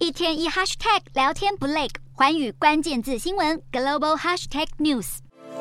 一天一 hashtag 聊天不累，寰宇关键字新闻 global hashtag news。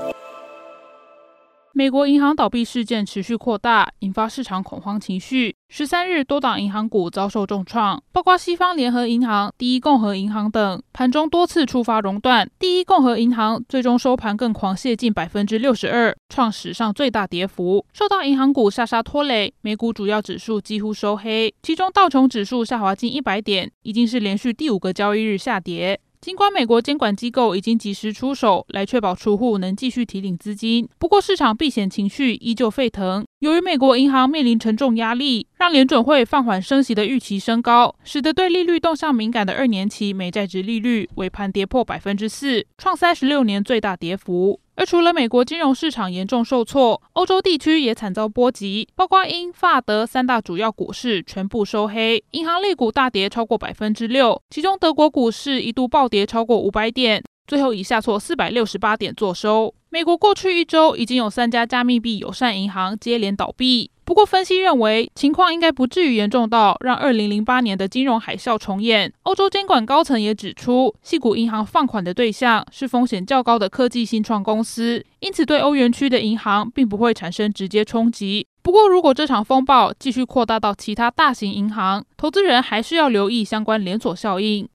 美国银行倒闭事件持续扩大，引发市场恐慌情绪。13日，多档银行股遭受重创，包括西方联合银行、第一共和银行等，盘中多次触发熔断。第一共和银行最终收盘更狂泻近62%，创史上最大跌幅。受到银行股下杀拖累，美股主要指数几乎收黑，其中道琼指数下滑近100点，已经是连续第5个交易日下跌。尽管美国监管机构已经及时出手来确保储户能继续提领资金，不过市场避险情绪依旧沸腾。由于美国银行面临沉重压力，让联准会放缓升息的预期升高，使得对利率动向敏感的2年期美债殖利率尾盘跌破 4%， 创36年最大跌幅。而除了美国金融市场严重受挫，欧洲地区也惨遭波及，包括英、法、德3大主要股市全部收黑，银行类股大跌超过 6%， 其中德国股市一度暴跌超过500点，最后以下挫468点作收。美国过去1周已经有3家加密币友善银行接连倒闭，不过分析认为情况应该不至于严重到让2008年的金融海啸重演。欧洲监管高层也指出，矽谷银行放款的对象是风险较高的科技新创公司，因此对欧元区的银行并不会产生直接冲击。不过如果这场风暴继续扩大到其他大型银行，投资人还是要留意相关连锁效应。